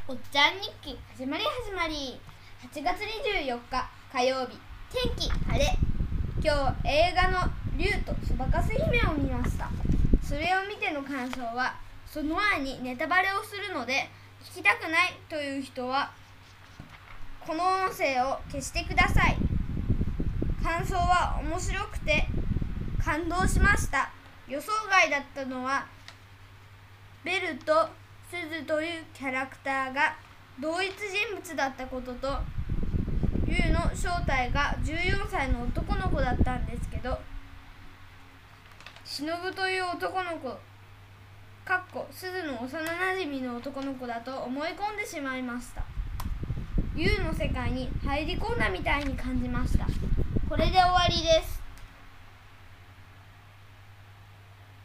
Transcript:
おっちゃん日記始まり8月24日火曜日、天気晴れ。今日映画の竜とそばかす姫を見ました。それを見ての感想は、その前にネタバレをするので聞きたくないという人はこの音声を消してください。感想は面白くて感動しました。予想外だったのはベルとスズというキャラクターが同一人物だったことと、ユウの正体が14歳の男の子だったんですけど、シノブという男の子スズの幼なじみの男の子だと思い込んでしまいました。ユウの世界に入り込んだみたいに感じました。これで終わりです。